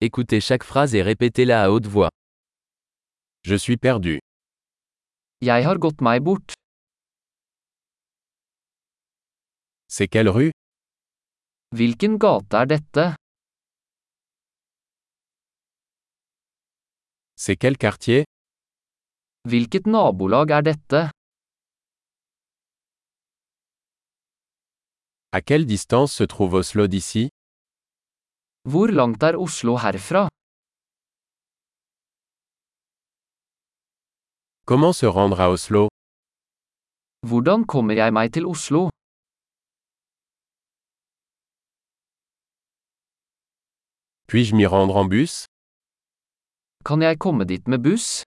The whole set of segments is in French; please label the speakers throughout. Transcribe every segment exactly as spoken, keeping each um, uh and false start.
Speaker 1: Écoutez chaque phrase et répétez-la à haute voix.
Speaker 2: Je suis perdu.
Speaker 3: Jeg har gått meg bort.
Speaker 2: C'est quelle rue?
Speaker 3: Hvilken gate er dette?
Speaker 2: C'est quel quartier?
Speaker 3: Hvilket nabolag er dette?
Speaker 2: À quelle distance se trouve Oslo d'ici?
Speaker 3: Hvor langt er Oslo herfra?
Speaker 2: Comment se rendre à Oslo?
Speaker 3: Hvordan kommer jeg meg til Oslo?
Speaker 2: Puis-je m'y rendre en bus?
Speaker 3: Kan jeg komme dit med buss?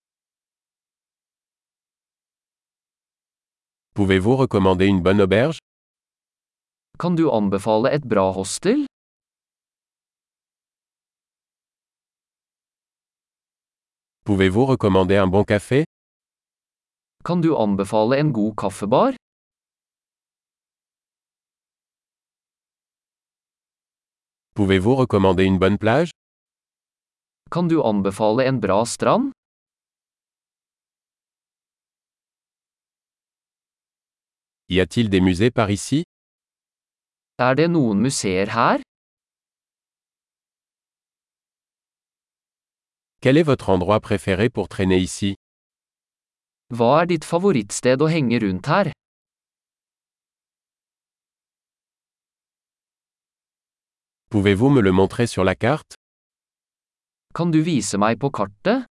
Speaker 2: Pouvez-vous recommander une bonne auberge?
Speaker 3: Kan du anbefale et bra hostel?
Speaker 2: Pouvez-vous recommander un bon café?
Speaker 3: Kan du anbefale en god kaffebar?
Speaker 2: Pouvez-vous recommander une bonne plage?
Speaker 3: Kan du anbefale en bra strand?
Speaker 2: Y a-t-il des musées par ici?
Speaker 3: Er det noen museer her?
Speaker 2: Quel est votre endroit préféré pour traîner ici?
Speaker 3: Hva er ditt favorittsted å henge rundt her?
Speaker 2: Pouvez-vous me le montrer sur la carte?
Speaker 3: Kan du vise meg på kartet?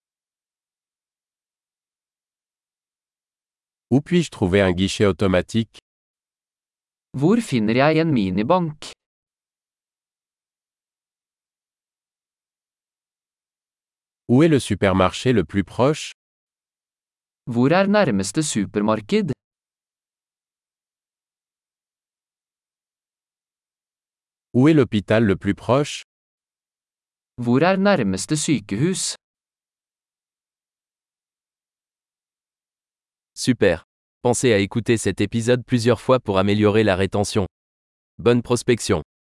Speaker 2: Où puis-je trouver un guichet automatique?
Speaker 3: Hvor finner jeg en minibank?
Speaker 2: Où est le supermarché le plus proche?
Speaker 3: Hvor er nærmeste supermarked?
Speaker 2: Où est l'hôpital le plus proche?
Speaker 3: Hvor er nærmeste sykehus?
Speaker 1: Super. Pensez à écouter cet épisode plusieurs fois pour améliorer la rétention. Bonne prospection.